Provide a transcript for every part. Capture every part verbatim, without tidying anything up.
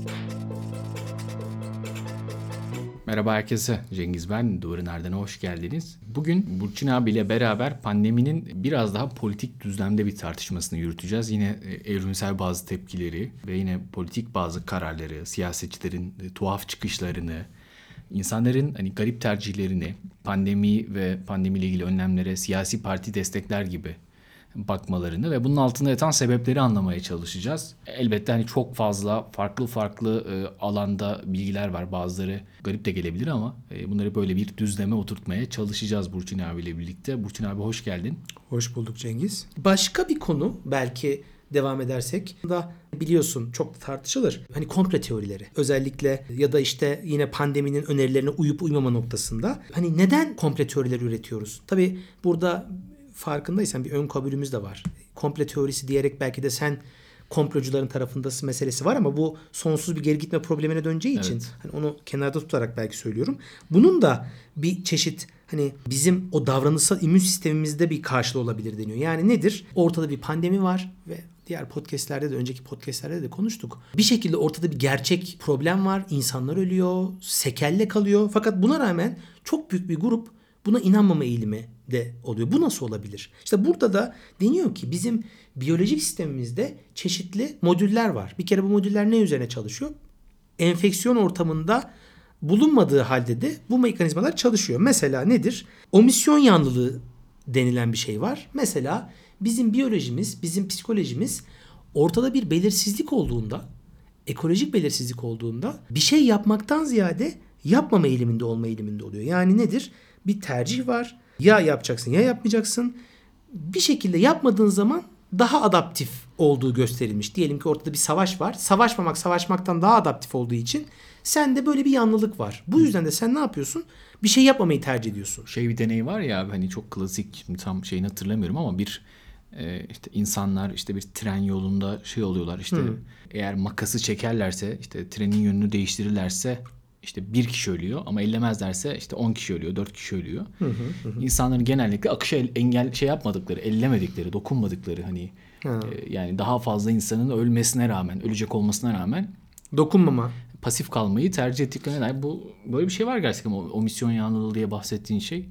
Merhaba herkese, Cengiz ben, Duvarın Ardına hoş geldiniz. Bugün Burçin abiyle beraber pandeminin biraz daha politik düzlemde bir tartışmasını yürüteceğiz. Yine evrimsel bazı tepkileri ve yine politik bazı kararları, siyasetçilerin tuhaf çıkışlarını, insanların hani garip tercihlerini, pandemi ve pandemiyle ilgili önlemlere siyasi parti destekler gibi bakmalarını ve bunun altında yatan sebepleri anlamaya çalışacağız. Elbette hani çok fazla farklı farklı e, alanda bilgiler var. Bazıları garip de gelebilir ama e, bunları böyle bir düzleme oturtmaya çalışacağız Burçin abiyle birlikte. Burçin abi hoş geldin. Hoş bulduk Cengiz. Başka bir konu belki devam edersek da biliyorsun çok tartışılır. Hani komplo teorileri özellikle ya da işte yine pandeminin önerilerine uyup uymama noktasında. Hani neden komplo teorileri üretiyoruz? Tabii burada farkındaysan bir ön kabulümüz de var. Komplo teorisi diyerek belki de sen komplocuların tarafındasın meselesi var ama bu sonsuz bir geri gitme problemine döneceği için evet. Hani onu kenarda tutarak belki söylüyorum. Bunun da bir çeşit hani bizim o davranışsal immün sistemimizde bir karşılığı olabilir deniyor. Yani nedir? Ortada bir pandemi var ve diğer podcastlerde de önceki podcastlerde de konuştuk. Bir şekilde ortada bir gerçek problem var. İnsanlar ölüyor, sekelle kalıyor. Fakat buna rağmen çok büyük bir grup buna inanmama eğilimi de oluyor. Bu nasıl olabilir? İşte burada da deniyor ki bizim biyolojik sistemimizde çeşitli modüller var. Bir kere bu modüller ne üzerine çalışıyor? Enfeksiyon ortamında bulunmadığı halde de bu mekanizmalar çalışıyor. Mesela nedir? Omisyon yanlılığı denilen bir şey var. Mesela bizim biyolojimiz, bizim psikolojimiz ortada bir belirsizlik olduğunda, ekolojik belirsizlik olduğunda bir şey yapmaktan ziyade yapmama eğiliminde olma eğiliminde oluyor. Yani nedir? Bir tercih var. Ya yapacaksın ya yapmayacaksın. Bir şekilde yapmadığın zaman daha adaptif olduğu gösterilmiş. Diyelim ki ortada bir savaş var. Savaşmamak savaşmaktan daha adaptif olduğu için sende böyle bir yanlılık var. Bu yüzden de sen ne yapıyorsun? Bir şey yapmamayı tercih ediyorsun. Şey bir deney var ya hani çok klasik, tam şeyini hatırlamıyorum ama bir e, işte insanlar işte bir tren yolunda şey oluyorlar işte hmm. eğer makası çekerlerse işte trenin yönünü değiştirirlerse İşte bir kişi ölüyor ama ellemezlerse işte on kişi ölüyor, dört kişi ölüyor. Hı hı hı. İnsanların genellikle akışa engel şey yapmadıkları, ellemedikleri, dokunmadıkları hani e, yani daha fazla insanın ölmesine rağmen, ölecek olmasına rağmen dokunmama, pasif kalmayı tercih ettiklerine dair bu böyle bir şey var gerçekten. O, o misyon yanlılığı diye bahsettiğin şey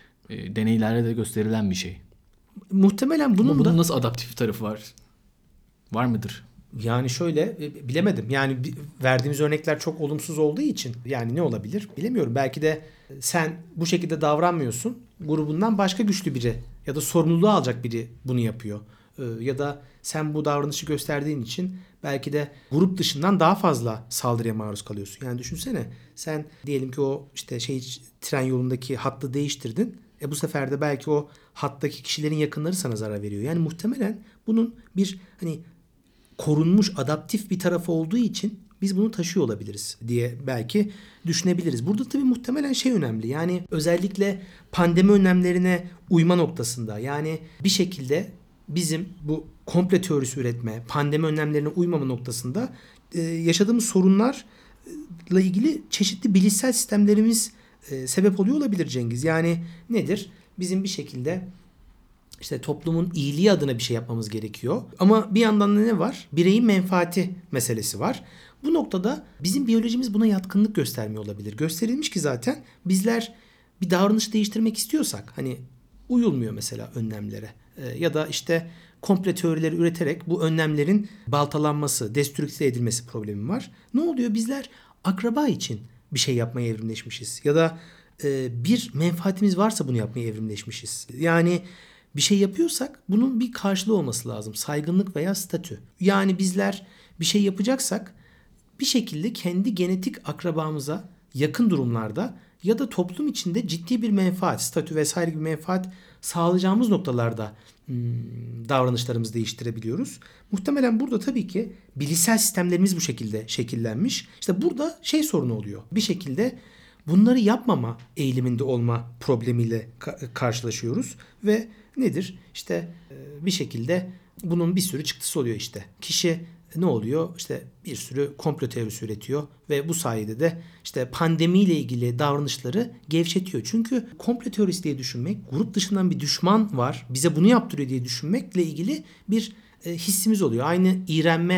e, deneylerde de gösterilen bir şey. Muhtemelen bunun, bunun da nasıl adaptif tarafı var? Var mıdır? Yani şöyle bilemedim. Yani verdiğimiz örnekler çok olumsuz olduğu için yani ne olabilir bilemiyorum. Belki de sen bu şekilde davranmıyorsun. Grubundan başka güçlü biri ya da sorumluluğu alacak biri bunu yapıyor. Ya da sen bu davranışı gösterdiğin için belki de grup dışından daha fazla saldırıya maruz kalıyorsun. Yani düşünsene sen diyelim ki o işte şey tren yolundaki hattı değiştirdin. E bu sefer de belki o hattaki kişilerin yakınları sana zarar veriyor. Yani muhtemelen bunun bir hani korunmuş adaptif bir tarafı olduğu için biz bunu taşıyor olabiliriz diye belki düşünebiliriz. Burada tabii muhtemelen şey önemli. Yani özellikle pandemi önlemlerine uyma noktasında yani bir şekilde bizim bu komplo teorisi üretme, pandemi önlemlerine uymama noktasında e, yaşadığımız sorunlarla ilgili çeşitli bilişsel sistemlerimiz e, sebep oluyor olabilir Cengiz. Yani nedir? Bizim bir şekilde İşte toplumun iyiliği adına bir şey yapmamız gerekiyor. Ama bir yandan da ne var? Bireyin menfaati meselesi var. Bu noktada bizim biyolojimiz buna yatkınlık göstermiyor olabilir. Gösterilmiş ki zaten bizler bir davranış değiştirmek istiyorsak hani uyulmuyor mesela önlemlere. Ee, ya da işte komplo teorileri üreterek bu önlemlerin baltalanması, destrükte edilmesi problemi var. Ne oluyor? Bizler akraba için bir şey yapmaya evrimleşmişiz. Ya da e, bir menfaatimiz varsa bunu yapmaya evrimleşmişiz. Yani bir şey yapıyorsak bunun bir karşılığı olması lazım. Saygınlık veya statü. Yani bizler bir şey yapacaksak bir şekilde kendi genetik akrabamıza yakın durumlarda ya da toplum içinde ciddi bir menfaat, statü vesaire gibi menfaat sağlayacağımız noktalarda hmm, davranışlarımızı değiştirebiliyoruz. Muhtemelen burada tabii ki bilişsel sistemlerimiz bu şekilde şekillenmiş. İşte burada şey sorunu oluyor. Bir şekilde bunları yapmama eğiliminde olma problemiyle ka- karşılaşıyoruz ve nedir? İşte bir şekilde bunun bir sürü çıktısı oluyor işte. Kişi ne oluyor? İşte bir sürü komplo teorisi üretiyor ve bu sayede de işte pandemiyle ilgili davranışları gevşetiyor. Çünkü komplo teorisi diye düşünmek, grup dışından bir düşman var, bize bunu yaptırıyor diye düşünmekle ilgili bir e, hissimiz oluyor. Aynı iğrenme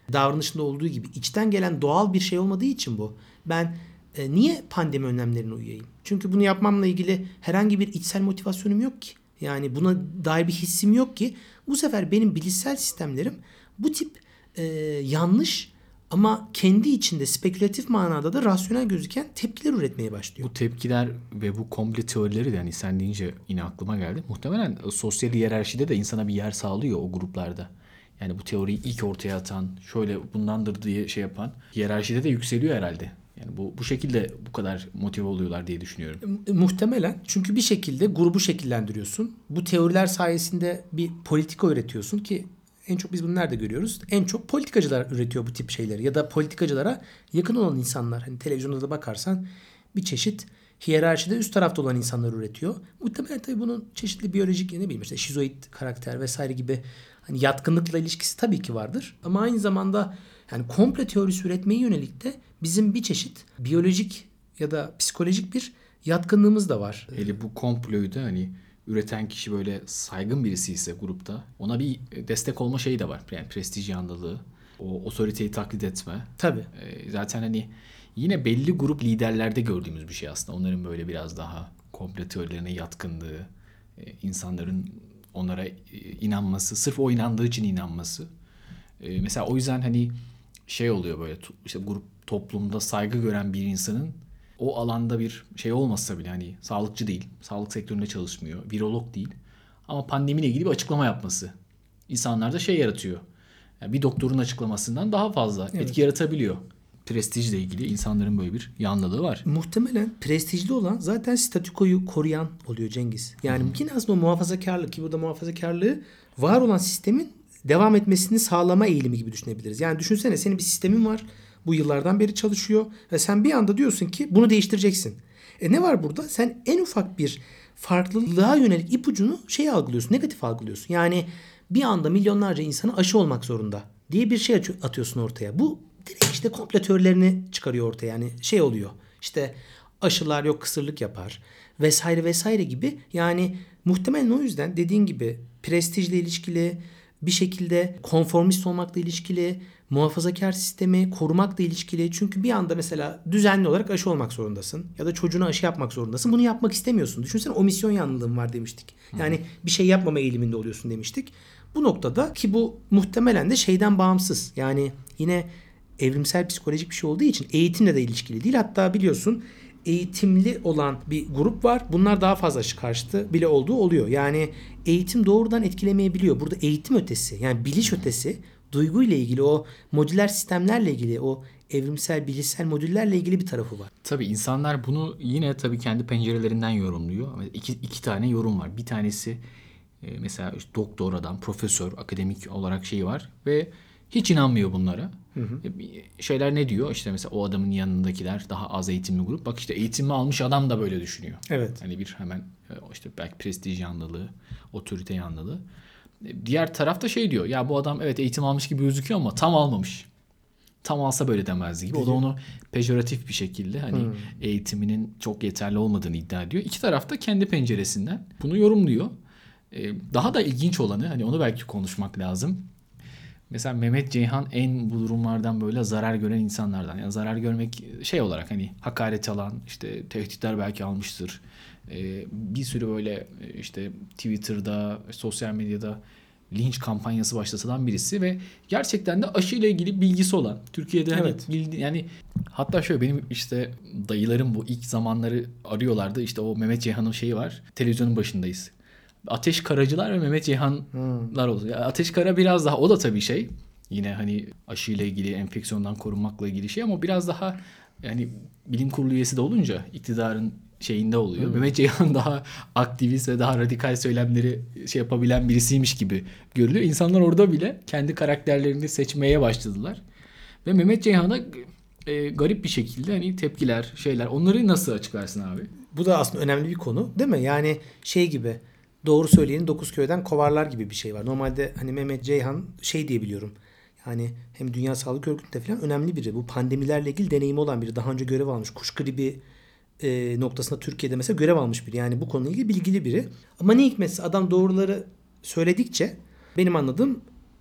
davranışında olduğu gibi içten gelen doğal bir şey olmadığı için bu. Ben e, niye pandemi önlemlerine uyayım? Çünkü bunu yapmamla ilgili herhangi bir içsel motivasyonum yok ki. Yani buna dair bir hissim yok ki. Bu sefer benim bilişsel sistemlerim bu tip e, yanlış ama kendi içinde spekülatif manada da rasyonel gözüken tepkiler üretmeye başlıyor. Bu tepkiler ve bu komple teorileri de hani sen deyince yine aklıma geldi. Muhtemelen sosyal hiyerarşide de insana bir yer sağlıyor o gruplarda. Yani bu teoriyi ilk ortaya atan, şöyle bundandır diye şey yapan hiyerarşide de yükseliyor herhalde. Yani bu bu şekilde bu kadar motive oluyorlar diye düşünüyorum. Muhtemelen, çünkü bir şekilde grubu şekillendiriyorsun. Bu teoriler sayesinde bir politika üretiyorsun ki en çok biz bunu nerede görüyoruz? En çok politikacılar üretiyor bu tip şeyleri ya da politikacılara yakın olan insanlar. Hani televizyonda da bakarsan bir çeşit hiyerarşide üst tarafta olan insanlar üretiyor. Muhtemelen tabii bunun çeşitli biyolojik, ne bileyim işte şizoid karakter vesaire gibi hani yatkınlıkla ilişkisi tabii ki vardır. Ama aynı zamanda yani komple teorisi üretmeye yönelik de bizim bir çeşit biyolojik ya da psikolojik bir yatkınlığımız da var. Hele bu komployu da hani üreten kişi böyle saygın birisi ise grupta ona bir destek olma şeyi de var. Yani prestij yanlılığı, o otoriteyi taklit etme. Tabii. Ee, zaten hani yine belli grup liderlerde gördüğümüz bir şey aslında. Onların böyle biraz daha komplo teorilerine yatkınlığı, insanların onlara inanması, sırf o inandığı için inanması. Ee, mesela o yüzden hani şey oluyor böyle işte grup toplumda saygı gören bir insanın o alanda bir şey olmasa bile hani sağlıkçı değil, sağlık sektöründe çalışmıyor, virolog değil ama pandemiyle ilgili bir açıklama yapması insanlarda şey yaratıyor. Yani bir doktorun açıklamasından daha fazla evet. etki yaratabiliyor. Prestijle ilgili insanların böyle bir yanlılığı var. Muhtemelen prestijli olan zaten statükoyu koruyan oluyor Cengiz. Yani Hı-hı. yine aslında o muhafazakarlık, ki burada muhafazakarlığı var olan sistemin devam etmesini sağlama eğilimi gibi düşünebiliriz. Yani düşünsene, senin bir sistemin var. Bu yıllardan beri çalışıyor ve sen bir anda diyorsun ki bunu değiştireceksin. E ne var burada? Sen en ufak bir farklılığa yönelik ipucunu şey algılıyorsun, negatif algılıyorsun. Yani bir anda milyonlarca insanı aşı olmak zorunda diye bir şey atıyorsun ortaya. Bu direkt işte komplo teorilerini çıkarıyor ortaya. Yani şey oluyor. İşte aşılar yok kısırlık yapar vesaire vesaire gibi. Yani muhtemelen o yüzden dediğin gibi prestijle ilişkili, bir şekilde konformist olmakla ilişkili, muhafazakar sistemi korumakla ilişkili. Çünkü bir anda mesela düzenli olarak aşı olmak zorundasın ya da çocuğuna aşı yapmak zorundasın. Bunu yapmak istemiyorsun. Düşünsene, omisyon yanlılığın var demiştik. Yani Hı. bir şey yapmama eğiliminde oluyorsun demiştik. Bu noktada, ki bu muhtemelen de şeyden bağımsız. Yani yine evrimsel psikolojik bir şey olduğu için eğitimle de ilişkili değil. Hatta biliyorsun eğitimli olan bir grup var. Bunlar daha fazla aşı karşıtı bile olduğu oluyor. Yani eğitim doğrudan etkilemeyebiliyor. Burada eğitim ötesi, yani biliş ötesi, duyguyla ilgili, o modüler sistemlerle ilgili, o evrimsel bilişsel modüllerle ilgili bir tarafı var. Tabii insanlar bunu yine tabii kendi pencerelerinden yorumluyor. İki, iki tane yorum var. Bir tanesi e, mesela işte doktor adam, profesör, akademik olarak şeyi var ve hiç inanmıyor bunlara. Hı hı. Şeyler ne diyor? İşte mesela o adamın yanındakiler daha az eğitimli grup. Bak işte eğitimli almış adam da böyle düşünüyor. Evet. Hani bir hemen işte belki prestij yanlılığı, otorite yanlılığı. Diğer tarafta şey diyor. Ya bu adam evet eğitim almış gibi gözüküyor ama tam almamış. Tam alsa böyle demezdi gibi. O da onu pejoratif bir şekilde hani hmm. eğitiminin çok yeterli olmadığını iddia ediyor. İki taraf da kendi penceresinden bunu yorumluyor. Ee, daha da ilginç olanı, hani onu belki konuşmak lazım. Mesela Mehmet Ceyhan en bu durumlardan böyle zarar gören insanlardan. Yani zarar görmek şey olarak hani hakaret alan, işte tehditler belki almıştır. Ee, bir sürü böyle işte Twitter'da, sosyal medyada linç kampanyası başlatılan birisi ve gerçekten de aşıyla ilgili bilgisi olan, Türkiye'de hani evet. bildi, yani hatta şöyle, benim işte dayılarım bu ilk zamanları arıyorlardı. İşte o Mehmet Ceyhan'ın şeyi var. Televizyonun başındayız. Ateş Karacılar ve Mehmet Ceyhanlar hmm. oldu. Yani Ateş Kara biraz daha, o da tabii şey. Yine hani aşıyla ilgili, enfeksiyondan korunmakla ilgili şey ama biraz daha yani bilim kurulu üyesi de olunca iktidarın şeyinde oluyor. Hmm. Mehmet Ceyhan daha aktivist ve daha radikal söylemleri şey yapabilen birisiymiş gibi görülüyor. İnsanlar orada bile kendi karakterlerini seçmeye başladılar. Ve Mehmet Ceyhan'a e, garip bir şekilde hani tepkiler, şeyler, onları nasıl açıklarsın abi? Bu da aslında önemli bir konu değil mi? Yani şey gibi, doğru söyleyeni dokuz köyden kovarlar gibi bir şey var. Normalde hani Mehmet Ceyhan şey diye biliyorum. Yani hem Dünya Sağlık Örgütü'nde falan önemli biri. Bu pandemilerle ilgili deneyimi olan biri. Daha önce görev almış. Kuş gribi e, noktasında Türkiye'de mesela görev almış biri. Yani bu konuyla ilgili bilgili biri. Ama ne hikmetse adam doğruları söyledikçe benim anladığım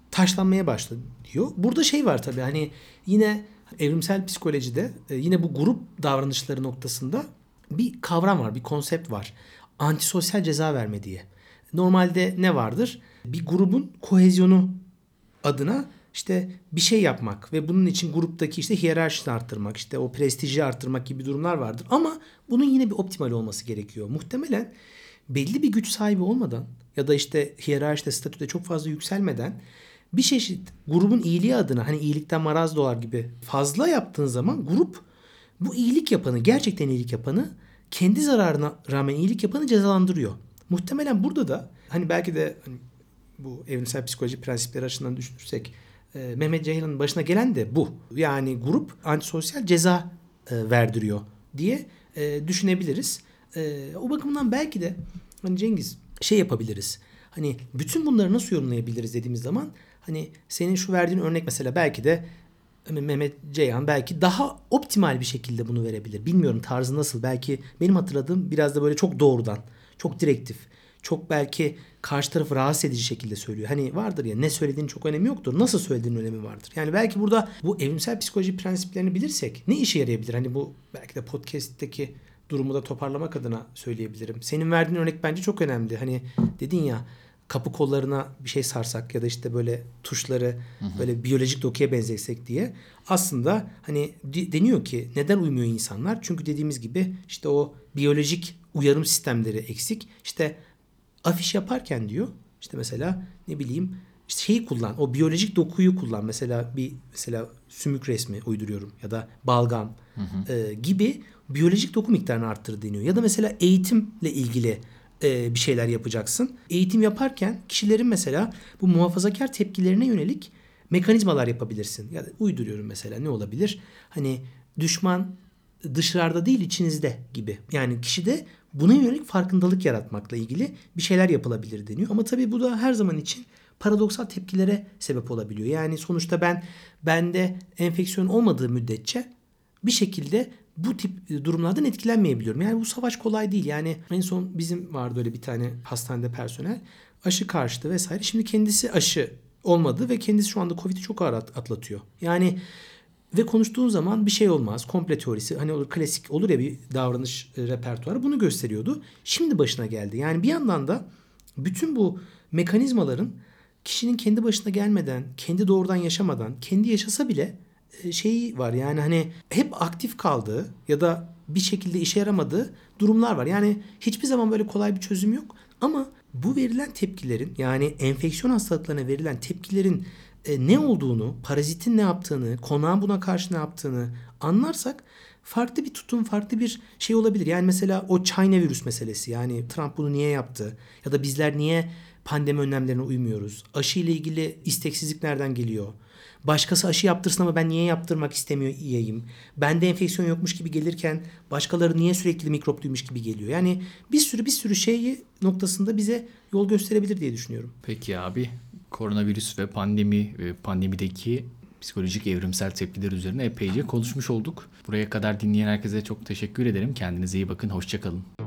taşlanmaya başladı diyor. Burada şey var tabii, hani yine evrimsel psikolojide yine bu grup davranışları noktasında bir kavram var, bir konsept var. Antisosyal ceza verme diye. Normalde ne vardır? Bir grubun kohezyonu adına işte bir şey yapmak ve bunun için gruptaki işte hiyerarşisini arttırmak, işte o prestiji arttırmak gibi durumlar vardır. Ama bunun yine bir optimal olması gerekiyor. Muhtemelen belli bir güç sahibi olmadan ya da işte hiyerarşide, statüde çok fazla yükselmeden bir çeşit grubun iyiliği adına, hani iyilikten maraz doğar gibi fazla yaptığın zaman grup bu iyilik yapanı, gerçekten iyilik yapanı, kendi zararına rağmen iyilik yapanı cezalandırıyor. Muhtemelen burada da hani belki de hani bu evrimsel psikoloji prensipleri açısından düşünürsek e, Mehmet Ceylan'ın başına gelen de bu. Yani grup antisosyal ceza e, verdiriyor diye e, düşünebiliriz. E, o bakımdan belki de hani Cengiz şey yapabiliriz. Hani bütün bunları nasıl yorumlayabiliriz dediğimiz zaman hani senin şu verdiğin örnek mesela belki de Mehmet Ceyhan belki daha optimal bir şekilde bunu verebilir. Bilmiyorum tarzı nasıl. Belki benim hatırladığım biraz da böyle çok doğrudan, çok direktif, çok belki karşı tarafı rahatsız edici şekilde söylüyor. Hani vardır ya, ne söylediğinin çok önemi yoktur. Nasıl söylediğinin önemi vardır. Yani belki burada bu evrimsel psikoloji prensiplerini bilirsek ne işe yarayabilir? Hani bu belki de podcast'teki durumu da toparlamak adına söyleyebilirim. Senin verdiğin örnek bence çok önemli. Hani dedin ya, kapı kollarına bir şey sarsak ya da işte böyle tuşları hı hı. böyle biyolojik dokuya benzetsek diye. Aslında hani deniyor ki neden uymuyor insanlar? Çünkü dediğimiz gibi işte o biyolojik uyarım sistemleri eksik. İşte afiş yaparken diyor işte mesela ne bileyim işte şeyi kullan, o biyolojik dokuyu kullan. Mesela bir mesela sümük resmi uyduruyorum ya da balgam hı hı. E, gibi biyolojik doku miktarını arttır deniyor. Ya da mesela eğitimle ilgili bir şeyler yapacaksın. Eğitim yaparken kişilerin mesela bu muhafazakar tepkilerine yönelik mekanizmalar yapabilirsin. Ya da uyduruyorum mesela, ne olabilir? Hani düşman dışarıda değil içinizde gibi. Yani kişide buna yönelik farkındalık yaratmakla ilgili bir şeyler yapılabilir deniyor. Ama tabii bu da her zaman için paradoksal tepkilere sebep olabiliyor. Yani sonuçta ben bende enfeksiyon olmadığı müddetçe bir şekilde bu tip durumlardan etkilenmeyebiliyorum. Yani bu savaş kolay değil. Yani en son bizim vardı öyle bir tane hastanede personel. Aşı karşıtı vesaire. Şimdi kendisi aşı olmadı ve kendisi şu anda Covid'i çok ağır atlatıyor. Yani ve konuştuğun zaman bir şey olmaz. Komple teorisi hani olur, klasik olur ya bir davranış repertuarı, bunu gösteriyordu. Şimdi başına geldi. Yani bir yandan da bütün bu mekanizmaların kişinin kendi başına gelmeden, kendi doğrudan yaşamadan, kendi yaşasa bile şeyi var. Yani hani hep aktif kaldığı ya da bir şekilde işe yaramadığı durumlar var. Yani hiçbir zaman böyle kolay bir çözüm yok. Ama bu verilen tepkilerin, yani enfeksiyon hastalıklarına verilen tepkilerin e, ne olduğunu, parazitin ne yaptığını, konağın buna karşı ne yaptığını anlarsak farklı bir tutum, farklı bir şey olabilir. Yani mesela o China virüs meselesi, yani Trump bunu niye yaptı ya da bizler niye pandemi önlemlerine uymuyoruz? Aşı ile ilgili isteksizlik nereden geliyor? Başkası aşı yaptırsın ama ben niye yaptırmak istemiyorum? Bende enfeksiyon yokmuş gibi gelirken başkaları niye sürekli mikropluymuş gibi geliyor? Yani bir sürü bir sürü şeyi noktasında bize yol gösterebilir diye düşünüyorum. Peki abi, koronavirüs ve pandemi ve pandemideki psikolojik evrimsel tepkiler üzerine epeyce konuşmuş olduk. Buraya kadar dinleyen herkese çok teşekkür ederim. Kendinize iyi bakın. Hoşça kalın.